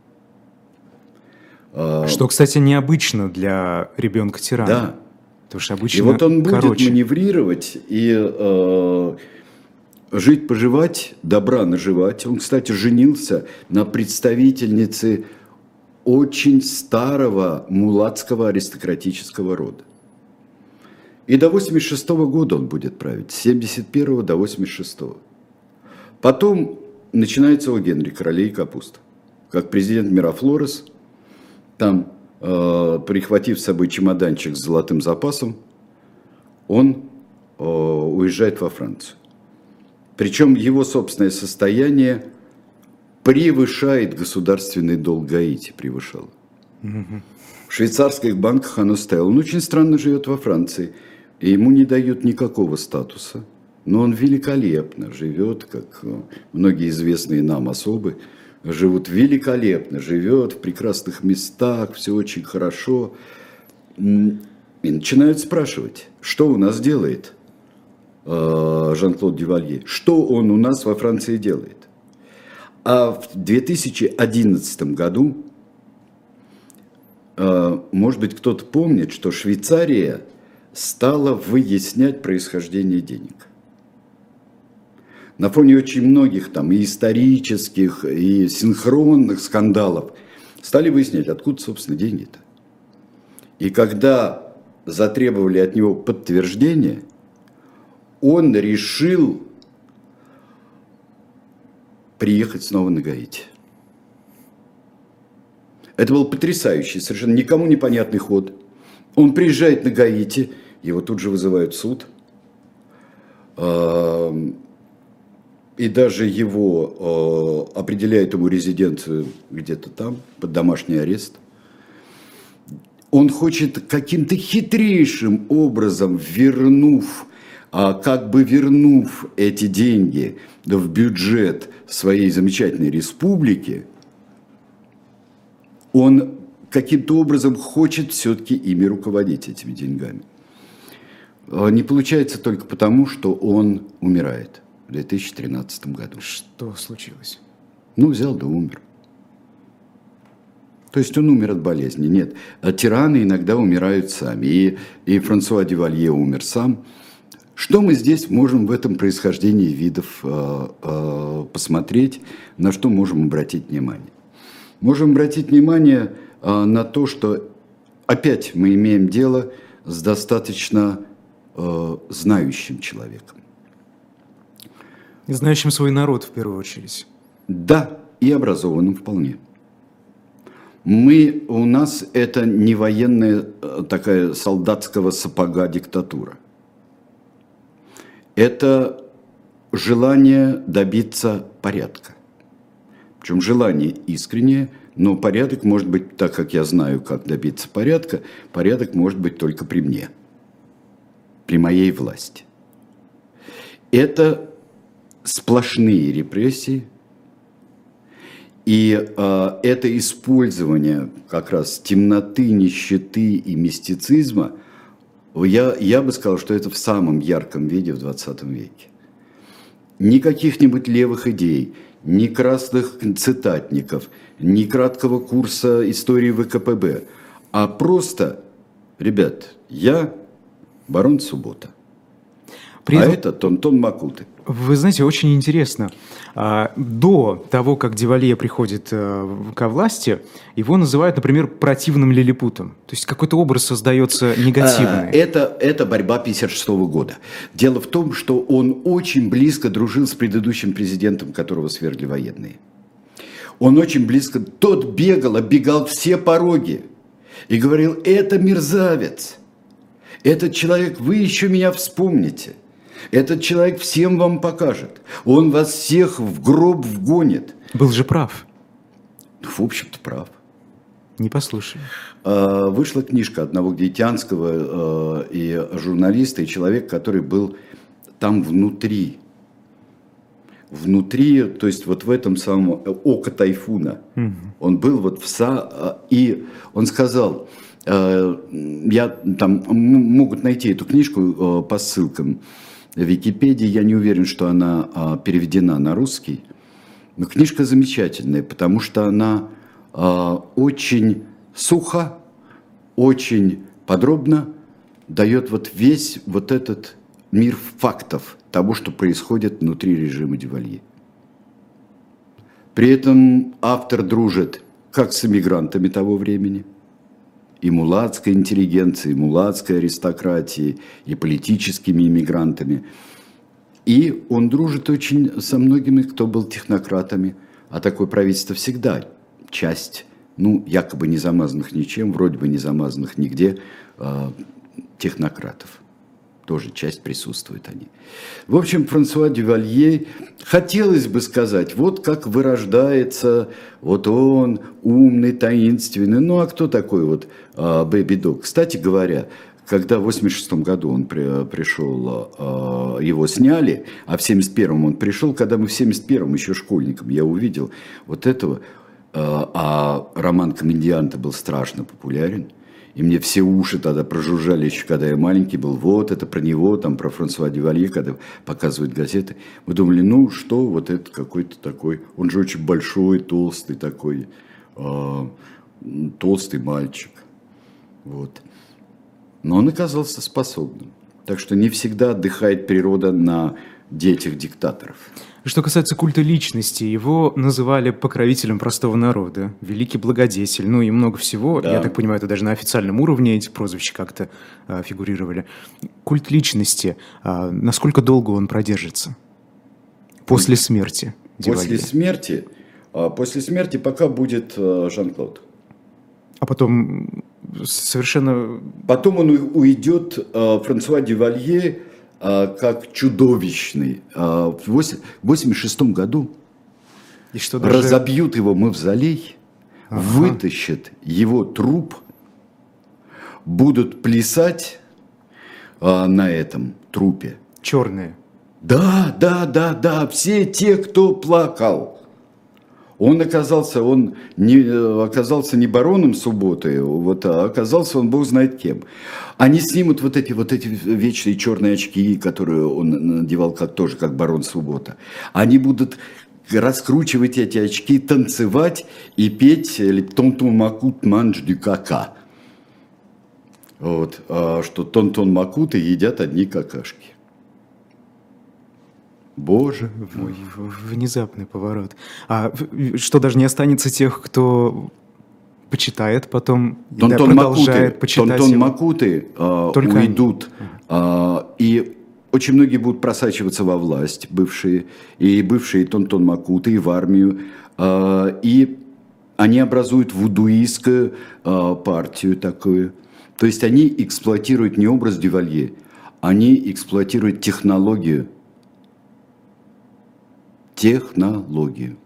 Что, кстати, необычно для ребенка-тирана. Да. Потому что обычно и вот он будет короче. маневрировать и жить-поживать, добра наживать. Он, кстати, женился на представительнице очень старого мулатского аристократического рода. И до 86 года он будет править, с 71 до 86. Потом начинается О Генри, королей капуста. Как президент Мирафлорес, там, прихватив с собой чемоданчик с золотым запасом, он уезжает во Францию. Причем его собственное состояние превышает государственный долг Гаити, превышал. В швейцарских банках оно стояло. Он очень странно живет во Франции, и ему не дают никакого статуса. Но он великолепно живет, как многие известные нам особы живут великолепно, живет в прекрасных местах, все очень хорошо. И начинают спрашивать, что у нас делает Жан-Клод Дювалье, что он у нас во Франции делает. А в 2011 году, может быть, кто-то помнит, что Швейцария стала выяснять происхождение денег. На фоне очень многих там и исторических, и синхронных скандалов стали выяснять, откуда, собственно, деньги-то. И когда затребовали от него подтверждение, он решил приехать снова на Гаити. Это был потрясающий, совершенно никому непонятный ход. Он приезжает на Гаити, его тут же вызывают в суд. И даже его определяют ему резиденцию где-то там, под домашний арест. Он хочет каким-то хитрейшим образом, вернув эти деньги в бюджет своей замечательной республики, он каким-то образом хочет все-таки ими руководить, этими деньгами. Не получается только потому, что он умирает в 2013 году. Что случилось? Взял да умер. То есть он умер от болезни. Нет, тираны иногда умирают сами. И Франсуа Дювалье умер сам. Что мы здесь можем в этом происхождении видов посмотреть, на что можем обратить внимание? Можем обратить внимание на то, что опять мы имеем дело с достаточно знающим человеком. Знающим свой народ в первую очередь. Да, и образованным вполне. У нас это не военная такая солдатского сапога диктатура. Это желание добиться порядка. Причем желание искреннее, но порядок может быть, так как я знаю, как добиться порядка, порядок может быть только при мне, при моей власти. Это сплошные репрессии, и это использование как раз темноты, нищеты и мистицизма, я бы сказал, что это в самом ярком виде в 20 веке. Ни каких-нибудь левых идей, ни красных цитатников, ни краткого курса истории ВКПБ, а просто, ребят, я барон Суббота, это Тонтон Макуты. Вы знаете, очень интересно. До того, как Дювалье приходит ко власти, его называют, например, противным лилипутом. То есть какой-то образ создается негативный. Это борьба 1956 года. Дело в том, что он очень близко дружил с предыдущим президентом, которого свергли военные. Он очень близко... Тот оббегал все пороги и говорил: это мерзавец, этот человек, вы еще меня вспомните. Этот человек всем вам покажет. Он вас всех в гроб вгонит. Был же прав. В общем-то, прав. Не послушай. Вышла книжка одного гаитянского и журналиста, и человека, который был там внутри. Внутри, то есть вот в этом самом око тайфуна. Угу. Он был вот и он сказал, там могут найти эту книжку по ссылкам в Википедии, я не уверен, что она переведена на русский, но книжка замечательная, потому что она очень сухо, очень подробно дает вот весь вот этот мир фактов того, что происходит внутри режима Дювалье. При этом автор дружит как с эмигрантами того времени, и мулатской интеллигенцией, и мулатской аристократией, и политическими иммигрантами. И он дружит очень со многими, кто был технократами. А такое правительство всегда часть, якобы не замазанных ничем, вроде бы не замазанных нигде, технократов. Тоже часть присутствует они. В общем, Франсуа Дювалье, хотелось бы сказать, вот как вырождается, вот он умный, таинственный. А кто такой вот Бэби Дог? Кстати говоря, когда в 1986 году он пришел, его сняли, а в 1971 он пришел, когда мы в 1971 еще школьником, я увидел вот этого, а роман «Комедианта» был страшно популярен. И мне все уши тогда прожужжали еще, когда я маленький был. Вот это про него, там про Франсуа Дювалье, когда показывают газеты. Мы думали, что вот это какой-то такой, он же очень большой, толстый такой, толстый мальчик. Вот. Но он оказался способным. Так что не всегда отдыхает природа на детях диктаторов. Что касается культа личности, его называли покровителем простого народа, великий благодетель, и много всего. Да. Я так понимаю, это даже на официальном уровне эти прозвища как-то фигурировали. Культ личности, насколько долго он продержится после смерти Дювалье? После смерти пока будет Жан-Клод. А потом совершенно... Потом он уйдет, Франсуа Дювалье, как чудовищный. В 1986 году разобьют его мавзолей, вытащат его труп, будут плясать на этом трупе. Черные. Да, все те, кто плакал. Он оказался не бароном Субботы, а оказался он бог знает кем. Они снимут вот эти вечные черные очки, которые он надевал тоже как барон Суббота. Они будут раскручивать эти очки, танцевать и петь «Тонтон Макут манж дю кака». Вот, что Тонтон Макуты едят одни какашки. Боже мой. Внезапный поворот. А что, даже не останется тех, кто почитает потом, продолжает почитать Тонтон его? Макуты уйдут. И очень многие будут просачиваться во власть, бывшие Тонтон Макута, и в армию, и они образуют вудуистскую партию такую. То есть они эксплуатируют не образ Дювалье, они эксплуатируют технологию. Технологию.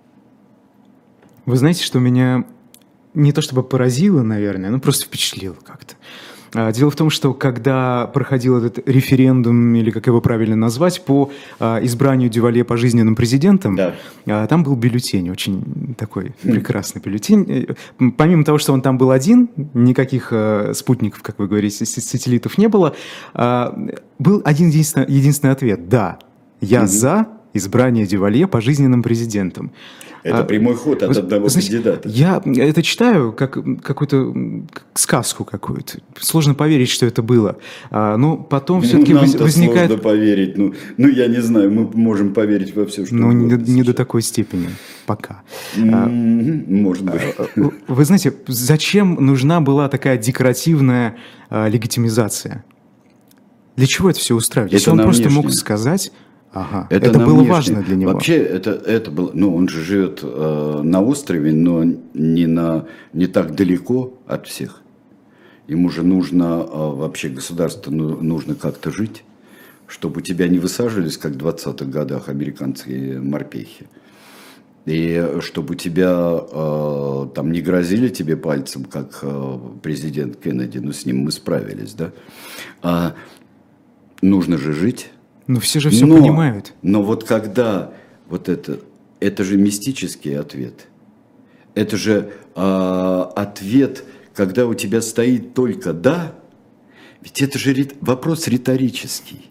Вы знаете, что меня не то чтобы поразило, наверное, но просто впечатлило как-то. Дело в том, что когда проходил этот референдум, или как его правильно назвать, по избранию Дювалье пожизненным президентом, да, там был бюллетень, очень такой прекрасный бюллетень. Помимо того, что он там был один, никаких спутников, как вы говорите, сателлитов не было, был один единственный ответ: да, я за избрание Дювалье пожизненным президентом. Это прямой ход от одного кандидата. Я это читаю как какую-то сказку какую-то. Сложно поверить, что это было. Но потом все-таки возникает... Сложно поверить. Я не знаю, мы можем поверить во все, что угодно. Не до такой степени пока. Может быть. Вы знаете, зачем нужна была такая декоративная легитимизация? Для чего это все устраивать? Если он просто мог сказать... Ага. Это было важно для него. Вообще, это было. Он же живет на острове, но не так далеко от всех. Ему же нужно вообще государству нужно как-то жить, чтобы тебя не высаживались, как в 20-х годах американские морпехи. И чтобы тебя там не грозили тебе пальцем, как президент Кеннеди. С ним мы справились, да? Нужно же жить. Но все же все понимают. Но вот когда это же мистический ответ. Это же ответ, когда у тебя стоит только «да», ведь это же вопрос риторический.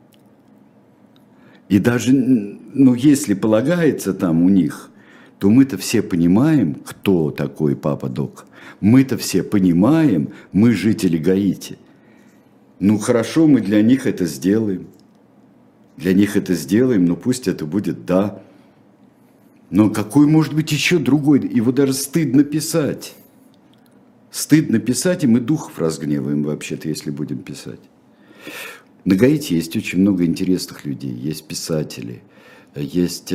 И даже, если полагается там у них, то мы-то все понимаем, кто такой Папа Док. Мы-то все понимаем, мы жители Гаити. Хорошо, мы для них это сделаем. Для них это сделаем, но пусть это будет «да». Но какой может быть еще другой? Его даже стыдно писать. Стыдно писать, и мы духов разгневаем вообще-то, если будем писать. На Гаити есть очень много интересных людей. Есть писатели, есть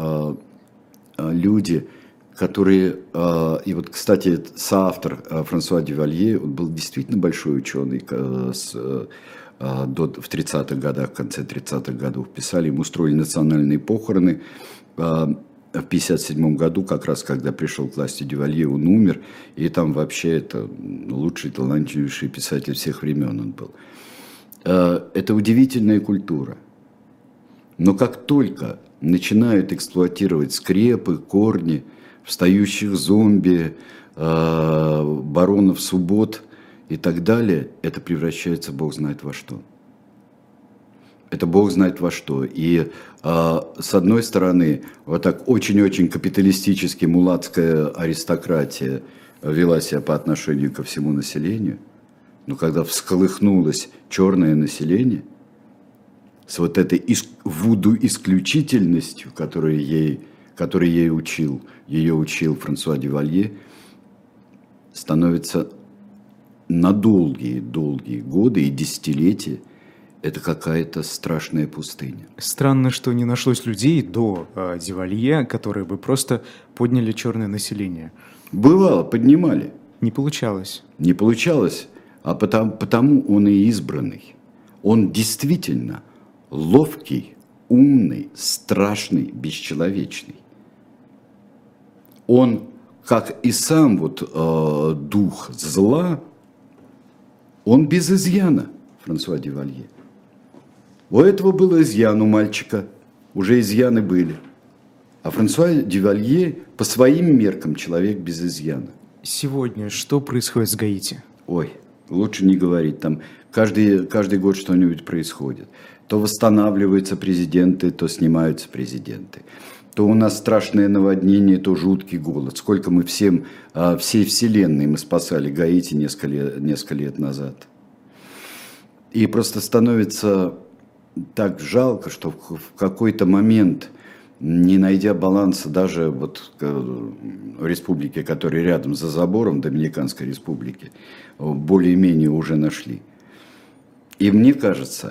люди, которые... И вот, кстати, соавтор Франсуа Дювалье, он был действительно большой ученый в 30-х годах, в конце 30-х годов писали, ему устроили национальные похороны. В 1957 году, как раз когда пришел к власти Дювалье, он умер, и там вообще это лучший, талантливейший писатель всех времен он был. Это удивительная культура. Но как только начинают эксплуатировать скрепы, корни, встающих зомби, баронов суббот и так далее, это превращается бог знает во что. Это бог знает во что. И с одной стороны, вот так очень-очень капиталистически мулатская аристократия вела себя по отношению ко всему населению, но когда всколыхнулось черное население, с вот этой вуду-исключительностью, которой ее учил Франсуа Дювалье, становится на долгие годы и десятилетия это какая-то страшная пустыня. Странно, что не нашлось людей до Дювалье, которые бы просто подняли черное население. Бывало, поднимали. Не получалось. Не получалось, а потому он и избранный. Он действительно ловкий, умный, страшный, бесчеловечный. Он, как и сам дух зла, он без изъяна, Франсуа Дювалье. У этого был изъян у мальчика, уже изъяны были. А Франсуа Дювалье по своим меркам человек без изъяна. Сегодня что происходит с Гаити? Ой, лучше не говорить, там каждый год что-нибудь происходит. То восстанавливаются президенты, то снимаются президенты. То у нас страшное наводнение, то жуткий голод. Сколько мы всей вселенной мы спасали Гаити несколько лет назад. И просто становится так жалко, что в какой-то момент, не найдя баланса даже в республике, которая рядом за забором, Доминиканской республики, более-менее уже нашли. И мне кажется,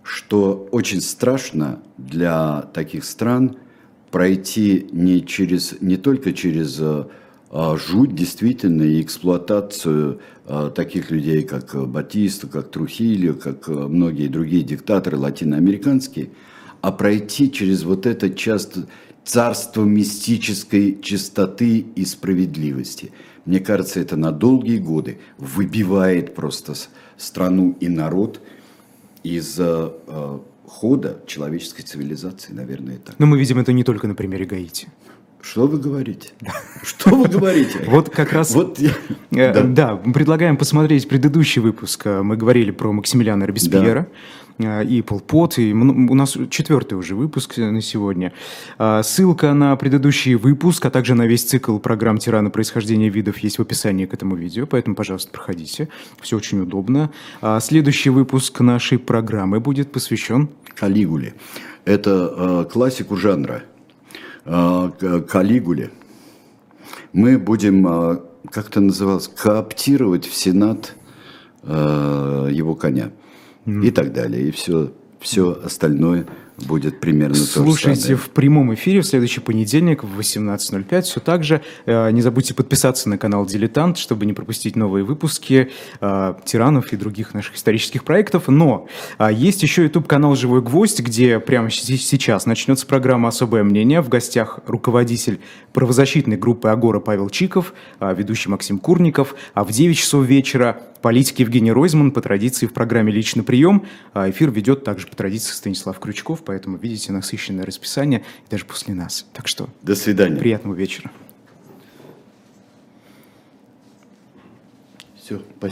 что очень страшно для таких стран пройти не только через жуть действительно и эксплуатацию таких людей, как Батиста, как Трухильо, как многие другие диктаторы латиноамериканские, а пройти через вот это часто царство мистической чистоты и справедливости. Мне кажется, это на долгие годы выбивает просто страну и народ из хода человеческой цивилизации, наверное, так. Но мы видим это не только на примере Гаити. Что вы говорите? Что вы говорите? Вот как раз, да, предлагаем посмотреть предыдущий выпуск. Мы говорили про Максимилиана Робеспьера и Пол Пот, и у нас 4-й уже выпуск на сегодня. Ссылка на предыдущий выпуск, а также на весь цикл программ «Тираны. Происхождение видов» есть в описании к этому видео, поэтому, пожалуйста, проходите. Все очень удобно. Следующий выпуск нашей программы будет посвящен Калигуле. Это классику жанра. Калигуле. Мы будем, как это называлось, кооптировать в Сенат его коня. И так далее. И все остальное будет примерно то же самое. Слушайте в прямом эфире в следующий понедельник в 18:05. Все так же. Не забудьте подписаться на канал «Дилетант», чтобы не пропустить новые выпуски «Тиранов» и других наших исторических проектов. Но есть еще YouTube-канал «Живой гвоздь», где прямо сейчас начнется программа «Особое мнение». В гостях руководитель правозащитной группы «Агора» Павел Чиков, ведущий Максим Курников. А в 9 часов вечера политик Евгений Ройзман, по традиции в программе «Личный прием». Эфир ведет также по традиции Станислав Крючков, поэтому видите насыщенное расписание и даже после нас. Так что до свидания. Приятного вечера. Все, спасибо.